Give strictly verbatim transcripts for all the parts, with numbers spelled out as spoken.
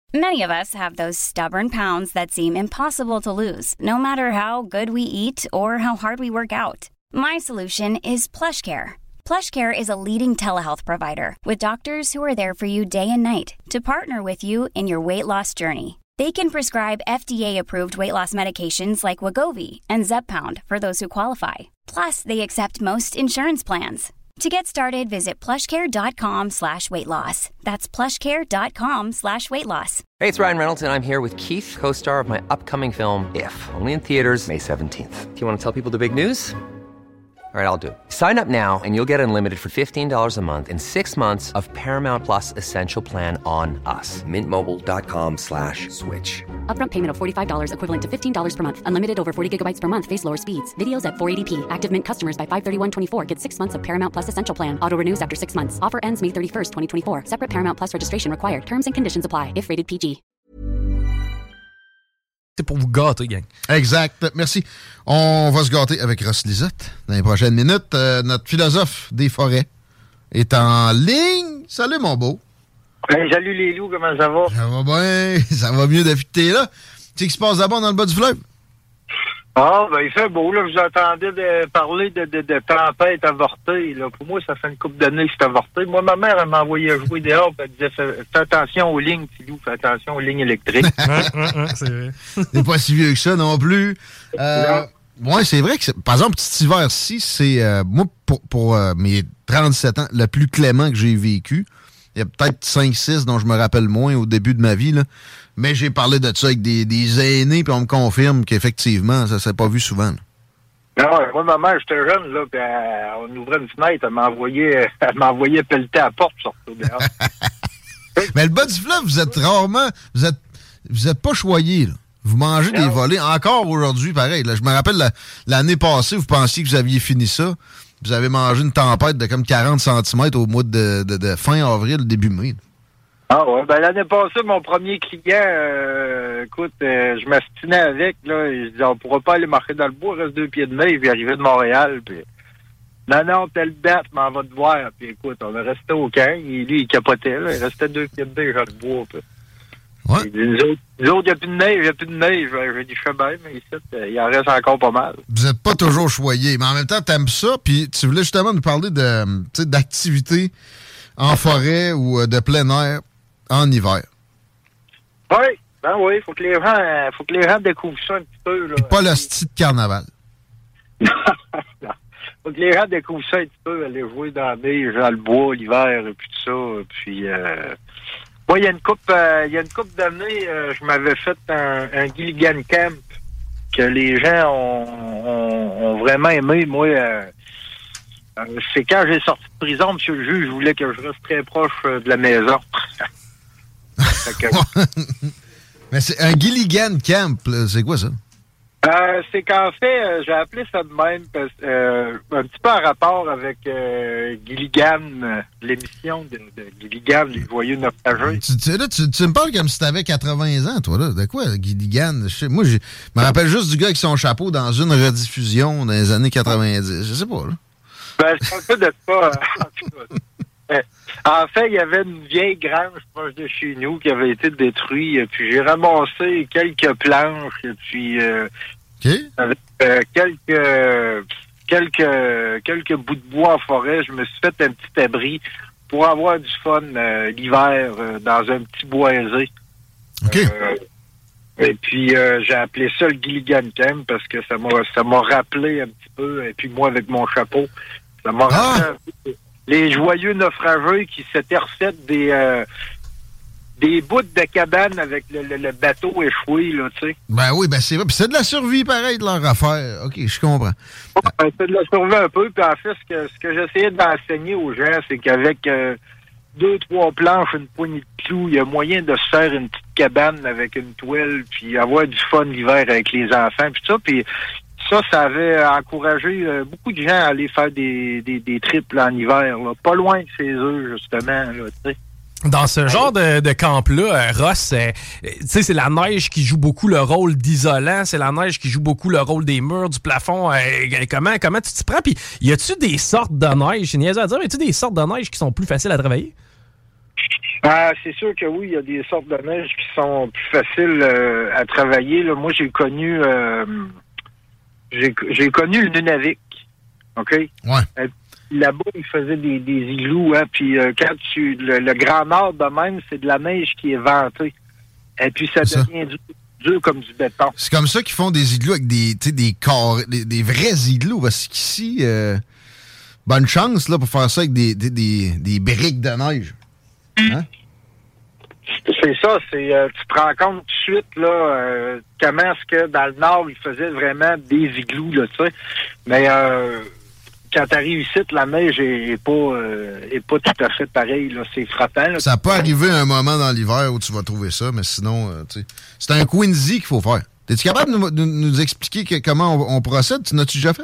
Many of us have those stubborn pounds that seem impossible to lose, no matter how good we eat or how hard we work out. My solution is PlushCare. PlushCare is a leading telehealth provider with doctors who are there for you day and night to partner with you in your weight loss journey. They can prescribe F D A-approved weight loss medications like Wegovy and Zepbound for those who qualify. Plus, they accept most insurance plans. To get started, visit plushcare.com slash weight loss. That's plushcare.com slash weight loss. Hey, it's Ryan Reynolds, and I'm here with Keith, co-star of my upcoming film, If, only in theaters May seventeenth. Do you want to tell people the big news? All right, I'll do it. Sign up now and you'll get unlimited for fifteen dollars a month and six months of Paramount Plus Essential Plan on us. Mintmobile.com slash switch. Upfront payment of forty-five dollars equivalent to fifteen dollars per month. Unlimited over forty gigabytes per month. Face lower speeds. Videos at four eighty p. Active Mint customers by five thirty-one twenty-four get six months of Paramount Plus Essential Plan. Auto renews after six months. Offer ends May thirty-first, twenty twenty-four. Separate Paramount Plus registration required. Terms and conditions apply if rated P G. C'est pour vous gâter, gang. Exact. Merci. On va se gâter avec Ross Lisotte dans les prochaines minutes. Euh, notre philosophe des forêts est en ligne. Salut, mon beau. Hey, salut les loups, comment ça va? Ça va bien. Ça va mieux depuis que t'es là. Tu sais ce qui se passe d'abord dans le bas du fleuve? Ah, ben il fait beau, là. Vous entendez de parler de, de, de tempête avortée, là. Pour moi, ça fait une couple d'années que c'est avorté. Moi, ma mère, elle m'envoyait jouer dehors, puis elle disait, fais, fais attention aux lignes, petit loup, fais attention aux lignes électriques. C'est vrai. C'est pas si vieux que ça non plus. Euh, ouais, c'est vrai que, c'est, par exemple, cet hiver-ci, c'est, euh, moi, pour, pour euh, mes trente-sept ans, le plus clément que j'ai vécu. Il y a peut-être cinq six dont je me rappelle moins au début de ma vie, là. Mais j'ai parlé de ça avec des, des aînés, puis on me confirme qu'effectivement, ça s'est pas vu souvent. Là. Non, moi, ma mère, j'étais jeune, là, puis euh, on ouvrait une fenêtre, elle m'envoyait, elle m'envoyait pelleter à la porte, pour sortir dehors. Mais le bas du fleuve, vous êtes rarement, vous êtes, vous êtes pas choyé, là. Vous mangez non. Des volets, encore aujourd'hui, pareil. Là, je me rappelle, la, l'année passée, vous pensiez que vous aviez fini ça. Vous avez mangé une tempête de comme quarante centimètres au mois de, de, de fin avril, début mai. Ah ouais, ben l'année passée, mon premier client, euh, écoute, euh, je m'astinais avec, là, et je disais, on pourra pas aller marcher dans le bois, il reste deux pieds de neige, puis arriver de Montréal, puis non, non, telle date, m'en va te voir, puis écoute, on est resté au camp, et lui, il capotait, là, il restait deux pieds de neige dans le bois, puis ouais. Il dit, nous autres, nous autres, il n'y a plus de neige, il n'y a plus de neige, je dis, je fais bien, mais ici, il en reste encore pas mal. Vous n'êtes pas toujours choyé, mais en même temps, t'aimes ça, puis tu voulais justement nous parler de, tu sais, d'activités en forêt ou de plein air en hiver. Oui, ben oui, faut que les gens, faut que les gens découvrent ça un petit peu, là. Puis pas le style de carnaval. Non, faut que les gens découvrent ça un petit peu, aller jouer dans la neige, dans le bois, l'hiver, et puis tout ça, puis euh... moi, il y a une couple, euh, il y a une couple d'années, euh, je m'avais fait un, un Gilligan Camp que les gens ont, ont, ont vraiment aimé. Moi, euh, euh, c'est quand j'ai sorti de prison, monsieur le juge, je voulais que je reste très proche euh, de la maison. que... Mais c'est un Gilligan Camp, là, c'est quoi ça? Euh, c'est qu'en fait, euh, j'ai appelé ça de même, parce, euh, un petit peu en rapport avec euh, Gilligan, euh, l'émission de, de Gilligan, les joyeux naufragés. Tu, tu, là, tu, tu me parles comme si t'avais quatre-vingts ans, toi, là. De quoi, Gilligan? Je sais, moi, je me rappelle juste du gars avec son chapeau dans une rediffusion dans les années quatre-vingt-dix. Je sais pas, là. Ben, c'est un peu de ça. euh, en fait, il y avait une vieille grange proche de chez nous qui avait été détruite, puis j'ai ramassé quelques planches, et puis euh, okay. avec euh, quelques quelques quelques bouts de bois en forêt, je me suis fait un petit abri pour avoir du fun euh, l'hiver euh, dans un petit boisé. Okay. Euh, et puis euh, j'ai appelé ça le Gilligan Camp parce que ça m'a ça m'a rappelé un petit peu, et puis moi avec mon chapeau, ça m'a ah! rappelé un peu les joyeux naufragés qui s'étaient refait des euh, des bouts de cabane avec le, le, le bateau échoué, là, tu sais. Ben oui, ben c'est vrai. Puis c'est de la survie, pareil, de leur affaire. OK, je comprends. Ouais, c'est de la survie un peu. Puis en fait, ce que, ce que j'essayais d'enseigner aux gens, c'est qu'avec euh, deux, trois planches, une poignée de clous, il y a moyen de se faire une petite cabane avec une toile, puis avoir du fun l'hiver avec les enfants, puis ça. Puis ça, ça avait encouragé euh, beaucoup de gens à aller faire des, des, des trips là, en hiver, là, pas loin de chez eux, justement, là, tu sais. Dans ce genre de, de camp-là, Ross, euh, tu sais, c'est la neige qui joue beaucoup le rôle d'isolant, c'est la neige qui joue beaucoup le rôle des murs, du plafond. Euh, comment, comment tu t'y prends? Puis, y a-tu des sortes de neige, c'est niaiseux à dire, mais y a-tu des sortes de neige qui sont plus faciles à travailler? Ah, c'est sûr que oui, il y a des sortes de neige qui sont plus faciles euh, à travailler. Là. Moi, j'ai connu euh, j'ai, j'ai connu le Nunavik. OK? Ouais. Euh, là-bas, ils faisaient des, des igloos, hein, puis euh, quand tu. Le, le Grand Nord de même, c'est de la neige qui est ventée. Et puis ça c'est devient dur, dur comme du béton. C'est comme ça qu'ils font des igloos avec des, des corps, des, des vrais igloos, parce qu'ici, euh, bonne chance là, pour faire ça avec des, des, des, des briques de neige. Hein? C'est ça, c'est euh, tu te rends compte tout de suite là euh, comment est-ce que dans le Nord, ils faisaient vraiment des igloos, là, tu sais. Mais euh, quand t'arrives ici, la neige est, est pas euh, est pas tout à fait pareil, là. C'est frappant. Là. Ça peut arriver un moment dans l'hiver où tu vas trouver ça, mais sinon, euh, tu sais, c'est un Quincy qu'il faut faire. Es-tu capable de nous, de nous expliquer que, comment on, on procède? Tu n'as-tu déjà fait?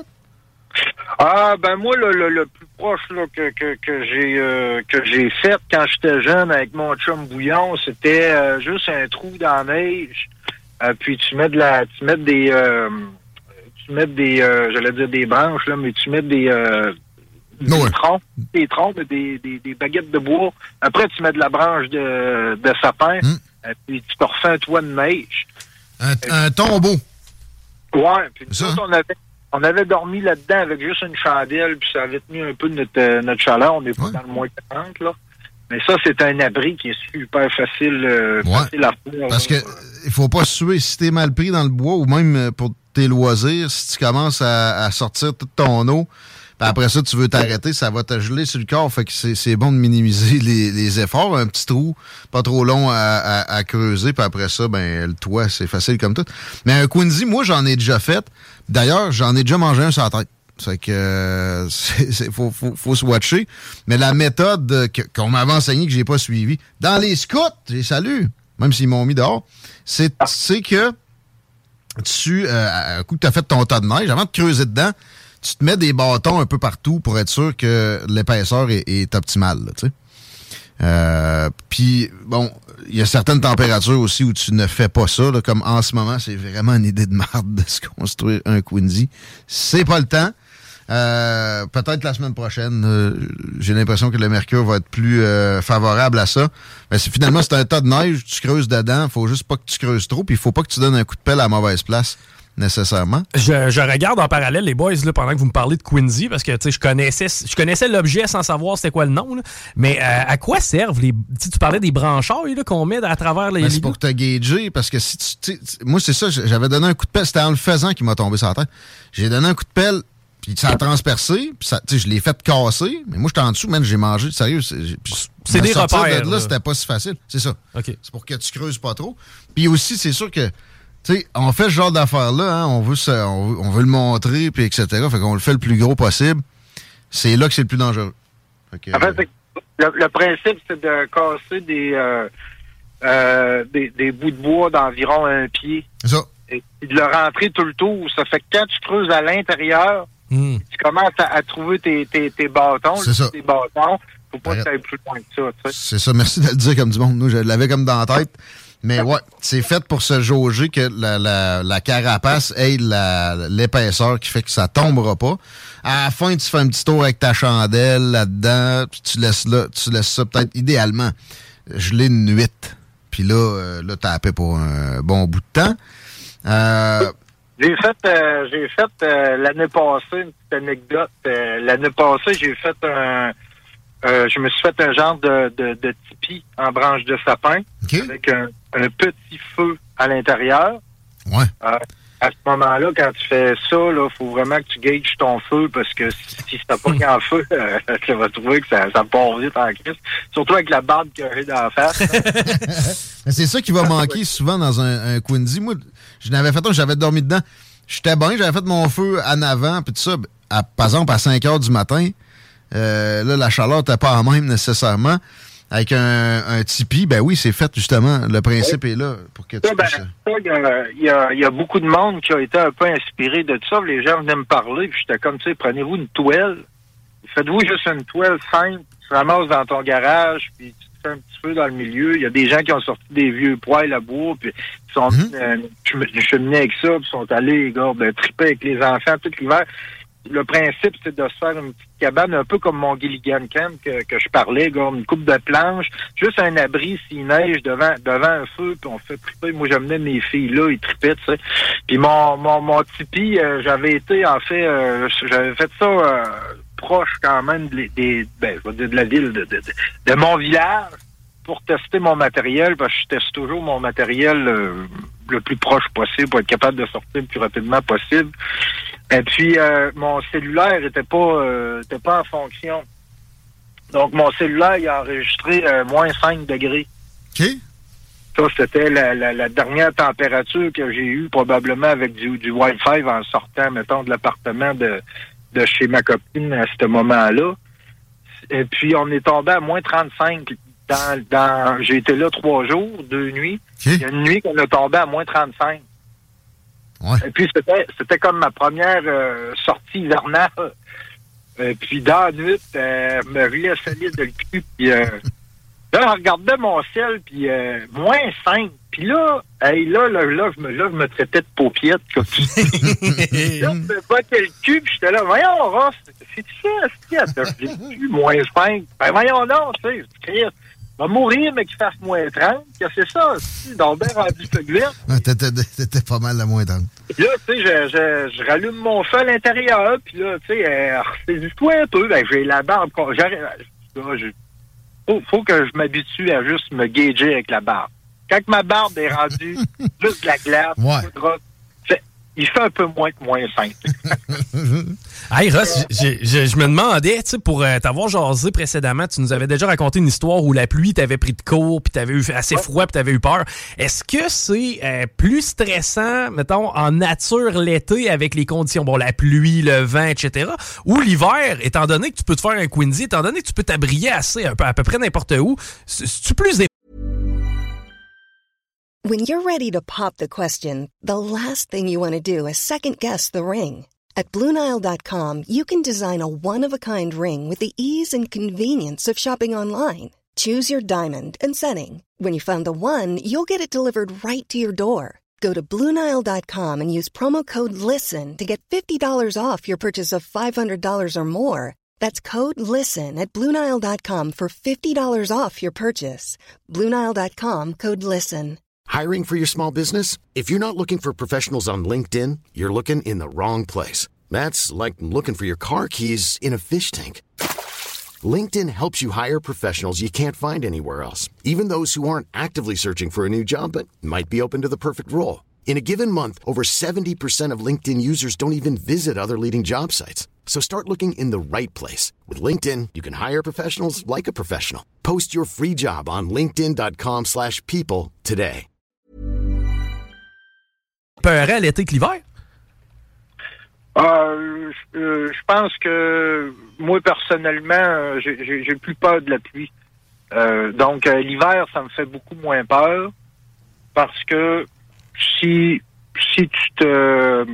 Ah ben moi le, le, le plus proche là, que, que, que j'ai euh, que j'ai fait quand j'étais jeune avec mon chum Bouillon, c'était euh, juste un trou dans la neige, euh, puis tu mets de la tu mets des euh, tu mets des euh, j'allais dire des branches là, mais tu mets des euh, des ouais. troncs, des troncs, des, des, des baguettes de bois. Après tu mets de la branche de, de sapin, hum. euh, puis tu te refais un toit de neige. Un, un tombeau. Ouais, puis ça, nous, on avait On avait dormi là-dedans avec juste une chandelle, puis ça avait tenu un peu notre, euh, notre chaleur. On n'est pas ouais. dans le moins quarante, là. Mais ça, c'est un abri qui est super facile, euh, ouais. facile à faire. Parce que il faut pas se suer. Si t'es mal pris dans le bois, ou même pour tes loisirs, si tu commences à, à sortir toute ton eau, puis après ça, tu veux t'arrêter, ça va te geler sur le corps. Fait que c'est, c'est bon de minimiser les, les efforts. Un petit trou, pas trop long à, à, à creuser, puis après ça, ben le toit, c'est facile comme tout. Mais un Quincy, moi, j'en ai déjà fait. D'ailleurs, j'en ai déjà mangé un sur la tête. C'est que euh, c'est, c'est, faut, faut, faut se watcher. Mais la méthode que, qu'on m'avait enseignée, que j'ai pas suivie, dans les scouts, j'ai salué, même s'ils m'ont mis dehors, c'est, c'est que tu, euh, un coup que tu as fait ton tas de neige, avant de creuser dedans, tu te mets des bâtons un peu partout pour être sûr que l'épaisseur est, est optimale, là, tu sais. Euh, puis, bon, il y a certaines températures aussi où tu ne fais pas ça, là, comme en ce moment, c'est vraiment une idée de marde de se construire un Quincy. C'est pas le temps. Euh, peut-être la semaine prochaine, euh, j'ai l'impression que le mercure va être plus euh, favorable à ça. Mais c'est, finalement, c'est un tas de neige, tu creuses dedans, faut juste pas que tu creuses trop, puis il faut pas que tu donnes un coup de pelle à la mauvaise place. Nécessairement. Je, je regarde en parallèle les boys là, pendant que vous me parlez de Quincy parce que je connaissais je connaissais l'objet sans savoir c'était quoi le nom. Là. Mais euh, à quoi servent les. Tu parlais des branchailles là, qu'on met à travers les. Ben, c'est pour te gager parce que si tu. Moi, c'est ça, j'avais donné un coup de pelle. C'était en le faisant qui m'a tombé sur la tête. J'ai donné un coup de pelle, puis ça a transpercé, puis ça, je l'ai fait casser. Mais moi, j'étais en dessous, man, j'ai mangé. Sérieux, c'est, c'est des repères. De là, là. C'était pas si facile. C'est ça. Okay. C'est pour que tu creuses pas trop. Puis aussi, c'est sûr que. Tu sais, on fait ce genre d'affaires-là, hein, on veut se, on veut, on veut le montrer, puis et cetera. Fait qu'on le fait le plus gros possible. C'est là que c'est le plus dangereux. Que, en fait, le, le principe, c'est de casser des, euh, euh, des, des bouts de bois d'environ un pied. C'est ça. Et, et de le rentrer tout le tour. Ça fait que quand tu creuses à l'intérieur, mm. tu commences à, à trouver tes, tes, tes bâtons. C'est ça. Tes bâtons. Faut pas Arrête. que tu ailles plus loin que ça. Tu sais. C'est ça. Merci de le dire comme du monde. Nous, je l'avais comme dans la tête. Mais ouais, c'est fait pour se jauger que la, la, la carapace ait la, l'épaisseur qui fait que ça tombera pas. À la fin, tu fais un petit tour avec ta chandelle là-dedans, puis tu laisses là, tu laisses ça peut-être idéalement geler une nuit. Puis là, euh, là, t'as appelé pour un bon bout de temps. Euh, j'ai fait, euh, j'ai fait euh, l'année passée une petite anecdote. Euh, l'année passée, j'ai fait un Euh, je me suis fait un genre de, de, de tipi en branche de sapin okay. avec un, un petit feu à l'intérieur. Ouais. Euh, à ce moment-là, quand tu fais ça, il faut vraiment que tu gages ton feu parce que si, si ça pas en feu, euh, tu vas trouver que ça, ça part vite en crise. Surtout avec la barbe qui arrive dans la face. C'est ça qui va manquer souvent dans un, un Quincy. Moi, je n'avais fait un, j'avais dormi dedans. J'étais bien, j'avais fait mon feu en avant, puis tout ça. À, par exemple, à cinq heures du matin, Euh, là, la chaleur n'était pas la même nécessairement. Avec un, un tipi, ben oui, c'est fait justement. Le principe oui. est là pour que tu ça, ben, puisses... Il y, a, y a beaucoup de monde qui a été un peu inspiré de ça. Les gens venaient me parler, puis j'étais comme, tu sais, prenez-vous une toile. Faites-vous juste une toile simple, tu te ramasses dans ton garage, puis tu te fais un petit feu dans le milieu. Il y a des gens qui ont sorti des vieux poêles à bois, puis ils sont mm-hmm. euh, cheminés avec ça, puis sont allés, les gars, ben, triper avec les enfants tout l'hiver. le principe, c'est de se faire une petite cabane, un peu comme mon Gilligan Camp que, que je parlais, gars, une coupe de planches, juste un abri s'il neige devant devant un feu, puis on fait triper. Moi, j'amenais mes filles là, ils tripaient, tu sais. Puis mon mon mon tipi, euh, j'avais été, en fait, euh, j'avais fait ça euh, proche quand même des, des ben, je vais dire de la ville, de, de, de, de mon village, pour tester mon matériel, parce que je teste toujours mon matériel euh, le plus proche possible pour être capable de sortir le plus rapidement possible. Et puis, euh, mon cellulaire était pas euh, était pas en fonction. Donc, mon cellulaire, il a enregistré euh, moins cinq degrés. OK. Ça, c'était la, la, la dernière température que j'ai eue, probablement avec du, du Wi-Fi en sortant, mettons, de l'appartement de, de chez ma copine à ce moment-là. Et puis, on est tombé à moins trente-cinq. Dans, dans, j'ai été là trois jours, deux nuits. Okay. Il y a une nuit qu'on a tombé à moins trente-cinq. Ouais. Et puis, c'était, c'était comme ma première euh, sortie hivernale. Et puis, dans la nuit, euh, me riais solide le cul. Puis, euh, là, je regardais mon ciel, puis euh, moins cinq. Puis là, hey, là, là, là, je me, là, je me traitais de paupiette. Comme là, je me battais le cul, puis j'étais là, voyons, Ross, c'est-tu ça, c'est-tu, j'ai plus moins cinq? Ben, voyons, non, tu sais, c'est Christ. Je vais mourir, mais qu'il fasse moins trente. Que c'est ça, c'est donc bien rendu feu vert. T'étais, t'étais pas mal la moins trente. Là, tu sais, je, je, je rallume mon feu à l'intérieur, puis là, tu sais, euh, ressaisis-toi un peu. Ben, j'ai la barbe. J'arrive. Là, je, faut, faut que je m'habitue à juste me gager avec la barbe. Quand ma barbe est rendue juste de la glace, ouais. fait, il fait un peu moins que moins cinq. Hey Ross, je, je, je me demandais, tu sais, pour euh, t'avoir jasé précédemment, tu nous avais déjà raconté une histoire où la pluie t'avait pris de court, puis t'avais eu assez ouais. froid, puis t'avais eu peur. Est-ce que c'est euh, plus stressant, mettons, en nature l'été avec les conditions, bon, la pluie, le vent, et cetera, ou l'hiver, étant donné que tu peux te faire un Quincy, étant donné que tu peux t'abrier assez, un peu, à peu près n'importe où, c'est-tu plus des... When you're ready to pop the question, the last thing you want to do is second-guess the ring. At Blue Nile dot com, you can design a one-of-a-kind ring with the ease and convenience of shopping online. Choose your diamond and setting. When you find the one, you'll get it delivered right to your door. Go to Blue Nile dot com and use promo code LISTEN to get fifty dollars off your purchase of five hundred dollars or more. That's code LISTEN at Blue Nile dot com for fifty dollars off your purchase. Blue Nile dot com, code LISTEN. Hiring for your small business? If you're not looking for professionals on LinkedIn, you're looking in the wrong place. That's like looking for your car keys in a fish tank. LinkedIn helps you hire professionals you can't find anywhere else, even those who aren't actively searching for a new job but might be open to the perfect role. In a given month, over seventy percent of LinkedIn users don't even visit other leading job sites. So start looking in the right place. With LinkedIn, you can hire professionals like a professional. Post your free job on linkedin dot com slash people today. Peurait à l'été que l'hiver? Euh, je, euh, je pense que moi, personnellement, j'ai, j'ai, j'ai plus peur de la pluie. Euh, donc, euh, l'hiver, ça me fait beaucoup moins peur parce que si si tu te...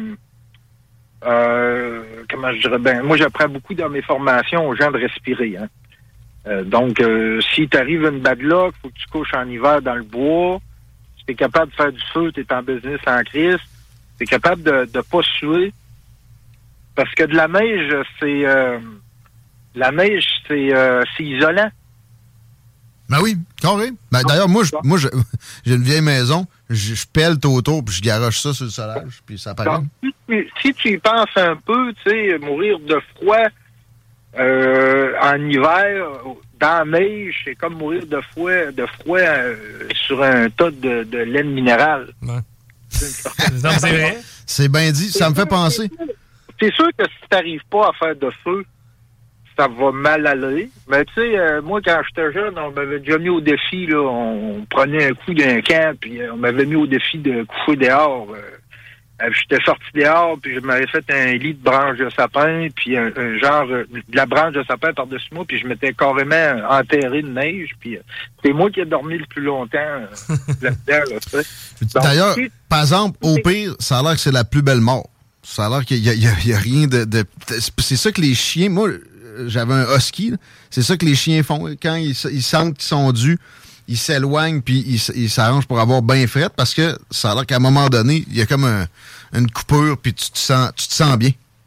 Euh, comment je dirais? Ben, moi, j'apprends beaucoup dans mes formations aux gens de respirer. Hein. Euh, donc, euh, si t'arrives une bad luck, faut que tu couches en hiver dans le bois. Si t'es capable de faire du feu, t'es en business en crise. T'es capable de de pas suer. Parce que de la neige, c'est... Euh, la neige, c'est, euh, c'est isolant. Ben oui, carré. Ben, d'ailleurs, moi, je, moi je, j'ai une vieille maison. Je, je pèle tout autour, puis je garoche ça sur le solage, puis ça paraît. Si tu, si tu y penses un peu, tu sais, mourir de froid euh, en hiver, dans la neige, c'est comme mourir de froid, de froid euh, sur un tas de, de laine minérale. Ouais. Non, c'est vrai. C'est bien dit. Ça me fait penser... C'est sûr que si t'arrives pas à faire de feu, ça va mal aller. Mais tu sais, euh, moi, quand j'étais jeune, on m'avait déjà mis au défi, là, on, on prenait un coup d'un camp, puis euh, on m'avait mis au défi de coucher dehors. Euh, j'étais sorti dehors, puis je m'avais fait un lit de branches de sapin, puis un, un genre euh, de la branche de sapin par-dessus moi, puis je m'étais carrément enterré de neige, puis euh, c'est moi qui ai dormi le plus longtemps euh, là-dedans, là, tu sais. Donc, d'ailleurs, si, par exemple, au pire, ça a l'air que c'est la plus belle mort. Ça a l'air qu'il y a, il y a, il y a rien de, de... C'est ça que les chiens... Moi, j'avais un husky. Là. C'est ça que les chiens font. Quand ils, ils sentent qu'ils sont dus, ils s'éloignent puis ils, ils s'arrangent pour avoir bien fret parce que ça a l'air qu'à un moment donné, il y a comme un, une coupure puis tu te sens, tu te sens bien.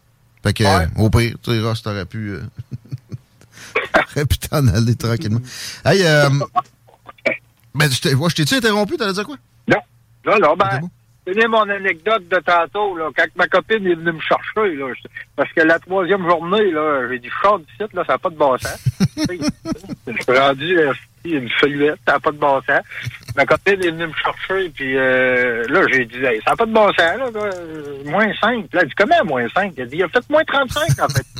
Fait que, Ouais. euh, au pire, tu sais, Ross, t'aurais pu... Euh... t'aurais pu t'en aller tranquillement. Hey, euh... ben, je t'ai- ouais, je t'ai-tu interrompu? T'allais dire quoi? Non. Là, là, ben, C'est bon? tenez mon anecdote de tantôt, là, quand ma copine est venue me chercher, là, je- parce que la troisième journée, là, j'ai dit, je sors d'ici, là, ça n'a pas de bon sens. Je suis rendu, euh, une feuillette, ça n'a pas de bon sens. Ma copine est venue me chercher, puis euh, là, j'ai dit, hey, ça n'a pas de bon sens, là, là, euh, moins cinq. Puis là, elle dit, comment moins cinq? Elle dit, il a fait moins trente-cinq, en fait.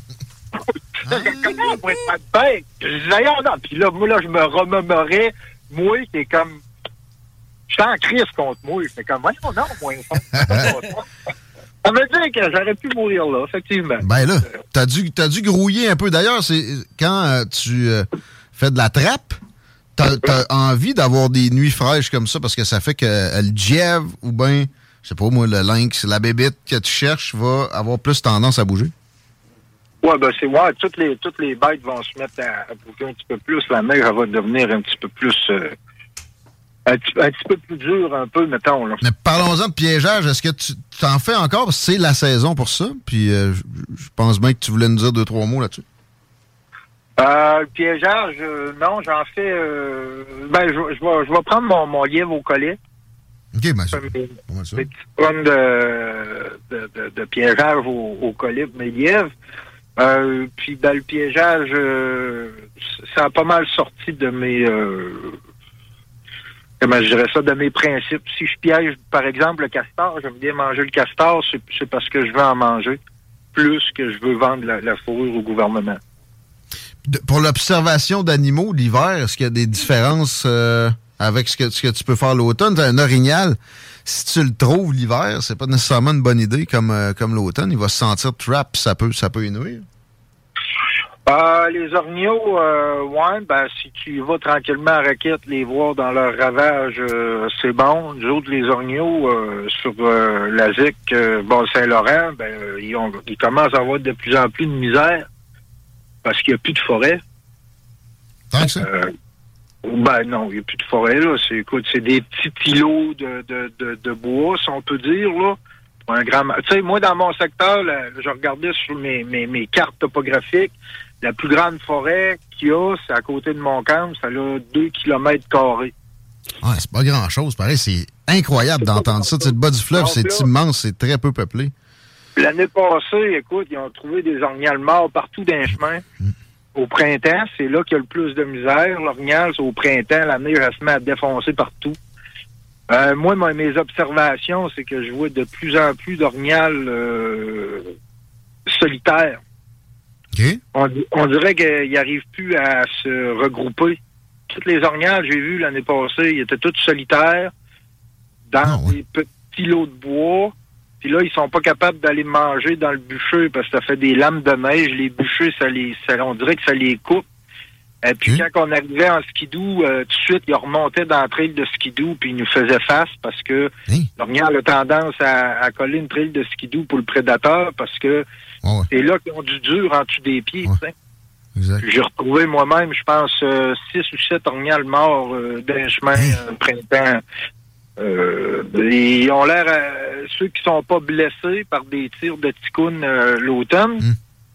Comment moins trente-cinq? Je dis, d'ailleurs, non. Puis là, moi, là, je me remémorais, moi, qui est comme, j'étais en crise contre moi. J'étais comme, voyons, non, moins cinq. Ça veut dire que j'aurais pu mourir là, effectivement. Ben là, t'as dû, t'as dû grouiller un peu. D'ailleurs, c'est quand euh, tu euh, fais de la trappe, t'as, t'as envie d'avoir des nuits fraîches comme ça parce que ça fait que euh, le Diev ou bien, je sais pas moi, le lynx, la bébite que tu cherches va avoir plus tendance à bouger. Ouais, ben c'est ouais, toutes les toutes les bêtes vont se mettre à, à bouger un petit peu plus. La mer, elle va devenir un petit peu plus euh, un, petit, un petit peu plus dur, un peu, mettons. Là. Mais parlons-en de piégeage. Est-ce que tu t'en fais encore? Parce que c'est la saison pour ça. Puis euh, je je pense bien que tu voulais nous dire deux, trois mots là-dessus. Euh, le piégeage, euh, non, j'en fais. Euh, ben, je, je vais je vais prendre mon, mon lièvre au collet. OK, ben c'est Mes, pas mal ça. mes petites tonnes de, de, de, de piégeage au, au collet de mes lièvres. Euh, puis ben, le piégeage, euh, ça a pas mal sorti de mes euh, comment je dirais ça, de mes principes. Si je piège, par exemple, le castor, j'aime bien manger le castor, c'est, c'est parce que je veux en manger, plus que je veux vendre la, la fourrure au gouvernement. De- pour l'observation d'animaux l'hiver, est-ce qu'il y a des différences euh, avec ce que, ce que tu peux faire l'automne? T'as un orignal, si tu le trouves l'hiver, c'est pas nécessairement une bonne idée comme, euh, comme l'automne. Il va se sentir trap, ça peut, ça peut y nuire. Euh, les orignaux, euh, ouais, ben si tu y vas tranquillement à raquette, les voir dans leur ravage, euh, c'est bon. Nous autres, les orignaux, euh, sur euh, la Z I C, euh, Bas-Saint-Laurent, ben euh, ils, ont, ils commencent à avoir de plus en plus de misère parce qu'il n'y a plus de forêt. Tant que ça. Euh, ben non, il n'y a plus de forêt, là. C'est, écoute, c'est des petits îlots de, de, de, de bois, si on peut dire, là. Pour un grand... Tu sais, moi, dans mon secteur, là, je regardais sur mes, mes, mes cartes topographiques, la plus grande forêt qu'il y a, c'est à côté de Montcalm, ça a deux kilomètres carrés. Ouais, c'est pas grand-chose. Pareil, c'est incroyable d'entendre ça. Tu sais, le bas du fleuve, Donc c'est là- immense, c'est très peu peuplé. L'année passée, écoute, ils ont trouvé des orignals morts partout dans les chemins. Au printemps, c'est là qu'il y a le plus de misère. L'orignal, c'est au printemps, la neige, elle se met à défoncer partout. Euh, moi, moi, mes observations, c'est que je vois de plus en plus d'orignals euh, solitaires. OK? On, di- on dirait qu'ils n'arrivent plus à se regrouper. Toutes les orignales que j'ai vues l'année passée, ils étaient tous solitaires, dans Ah ouais. des petits lots de bois. Puis là, ils sont pas capables d'aller manger dans le bûcher parce que ça fait des lames de neige. Les bûchers, ça les, ça, on dirait que ça les coupe. Et puis Okay. quand on arrivait en skidoo, euh, tout de suite, ils remontaient dans la trail de skidoo puis ils nous faisaient face parce que Hein? l'orignal a tendance à, à coller une trail de skidoo pour le prédateur parce que Ouais, ouais, c'est là qu'ils ont du dur en dessous des pieds. Ouais. tu sais. exact. J'ai retrouvé moi-même, je pense, euh, six ou sept orignals morts euh, dans les chemins euh, printemps. Euh, ils ont l'air, euh, ceux qui sont pas blessés par des tirs de ticoun euh, l'automne, Mm.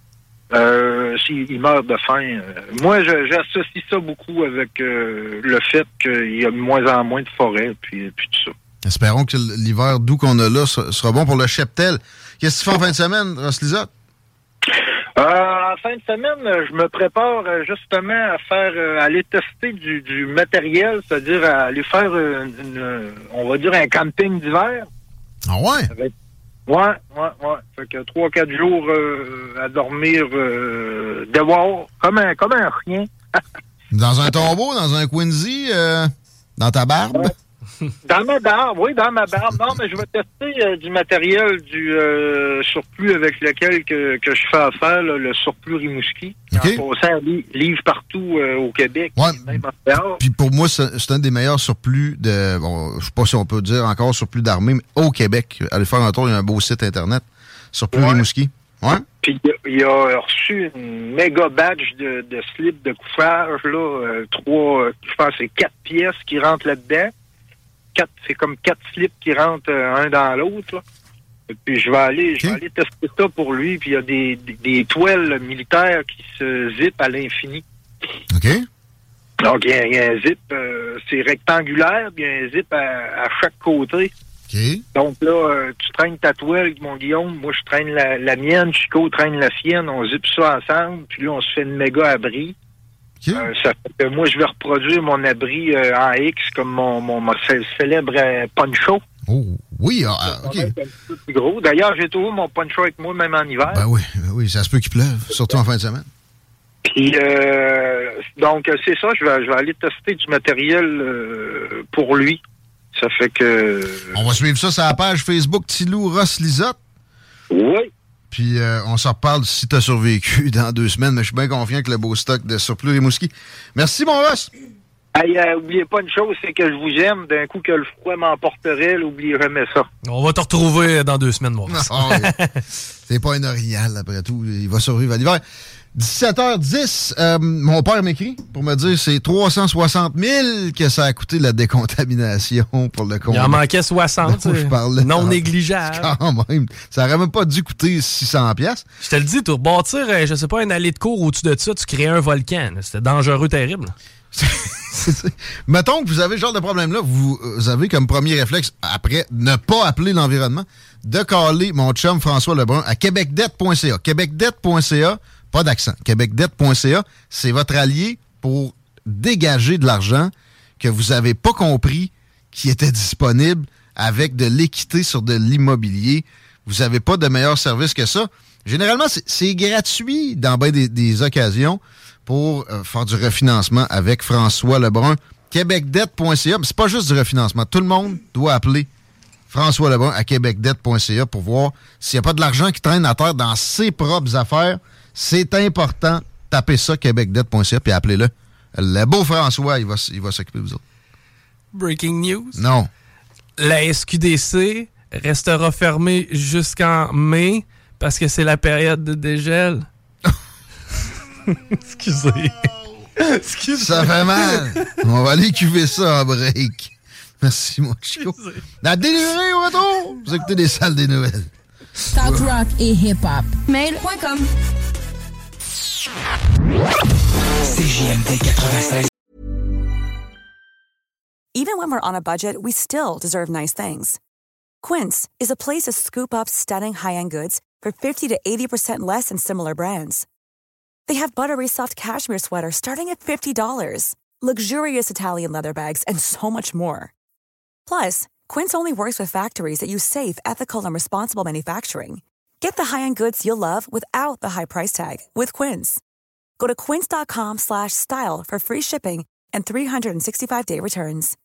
euh, s'ils- ils meurent de faim. Euh, moi, je- j'associe ça beaucoup avec euh, le fait qu'il y a de moins en moins de forêts, puis, puis tout ça. Espérons que l'hiver doux qu'on a là sera sera bon pour le cheptel. Qu'est-ce que tu fais en fin de semaine, Ross Lisotte? Euh, en fin de semaine, euh, je me prépare euh, justement à faire, euh, aller tester du, du matériel, c'est-à-dire à aller faire, euh, une, une- on va dire, un camping d'hiver. Ah ouais? Avec... Ouais, ouais, ouais. Fait que trois, quatre jours euh, à dormir euh, dehors, comme un, comme un rien. Dans un tombeau, dans un Quincy, euh, dans ta barbe? Ouais. Dans ma barbe, oui, dans ma barbe. Non, mais je vais tester euh, du matériel, du euh, surplus avec lequel que, que je fais affaire, là, le surplus Rimouski. OK. En passant, li- livre partout euh, au Québec. Ouais. Même en dehors. Puis pour moi, c'est c'est un des meilleurs surplus de... Bon, je sais pas si on peut dire encore surplus d'armée, mais au Québec. Allez faire un tour, il y a un beau site Internet. Surplus Ouais. Rimouski. Ouais? Puis il a, il a reçu une méga badge de, de slip de couffage, là, euh, trois, euh, je pense que c'est quatre pièces qui rentrent là-dedans. Quatre, c'est comme quatre slips qui rentrent euh, un dans l'autre. Là. Puis je vais aller, je vais aller tester ça pour lui. Puis il y a des, des, des toiles militaires qui se zippent à l'infini. OK. Donc il y a, il y a un zip, euh, c'est rectangulaire, puis il y a un zip à, à chaque côté. OK. Donc là, euh, tu traînes ta toile, mon Guillaume, moi je traîne la, la mienne, Chico traîne la sienne, on zippe ça ensemble, puis là on se fait une méga abri. Okay. Euh, ça fait que moi je vais reproduire mon abri euh, en X comme mon, mon, mon célèbre euh, poncho. Oh oui, ah, OK. Un peu plus gros. D'ailleurs, j'ai toujours mon poncho avec moi, même en hiver. Ben oui, ben oui, ça se peut qu'il pleuve, surtout en fin de semaine. Puis, euh, donc, c'est ça, je vais, je vais aller tester du matériel euh, pour lui. Ça fait que... On va suivre ça sur la page Facebook Tilou Ross Lisotte. Oui. Puis, euh, on s'en reparle si t'as survécu dans deux semaines, mais je suis bien confiant que le beau stock de surplus Rimouski. Merci, mon Ross! Hey, euh, oubliez pas une chose, c'est que je vous aime. D'un coup que le froid m'emporterait, oubliez jamais ça. On va te retrouver dans deux semaines, mon Ross. Non, c'est pas un orignal, après tout. Il va survivre à l'hiver. dix-sept heures dix, euh, mon père m'écrit pour me dire que c'est trois cent soixante mille que ça a coûté la décontamination pour le compte. Il en manquait soixante. Je parlais non négligeable. Quand même. Ça aurait même pas dû coûter six cents piastres. Je te le dis, tu bâtir, je sais pas, une allée de cours au-dessus de ça, tu crées un volcan. C'était dangereux, terrible. Mettons que vous avez ce genre de problème-là, vous, vous avez comme premier réflexe, après, ne pas appeler l'environnement, de caler mon chum François Lebrun à québecdebt point c a. québecdebt point c a, pas d'accent. québecdebt point c a, c'est votre allié pour dégager de l'argent que vous n'avez pas compris qui était disponible avec de l'équité sur de l'immobilier. Vous n'avez pas de meilleur service que ça. Généralement, c'est, c'est gratuit dans bien des, des occasions pour euh, faire du refinancement avec François Lebrun. québecdebt point c a, mais c'est pas juste du refinancement. Tout le monde doit appeler François Lebrun à québecdebt point c a pour voir s'il n'y a pas de l'argent qui traîne à terre dans ses propres affaires. C'est important. Tapez ça, québecdebt point c a, puis appelez-le. Le beau François, il va, il va s'occuper de vous autres. Breaking news. Non. La S Q D C restera fermée jusqu'en mai parce que c'est la période de dégel. Excusez. Excusez. Ça fait mal. On va aller cuver ça en break. Merci, mon Chico. La délivrée au retour. Vous écoutez des salles des nouvelles. Talk rock et hip-hop. mail point com. C J M D eighty-six. Even when we're on a budget, we still deserve nice things. Quince is a place to scoop up stunning high-end goods for fifty to eighty percent less than similar brands. They have buttery soft cashmere sweaters starting at fifty dollars, luxurious Italian leather bags, and so much more. Plus, Quince only works with factories that use safe, ethical, and responsible manufacturing. Get the high-end goods you'll love without the high price tag with Quince. Go to quince dot com slash style for free shipping and three sixty-five day returns.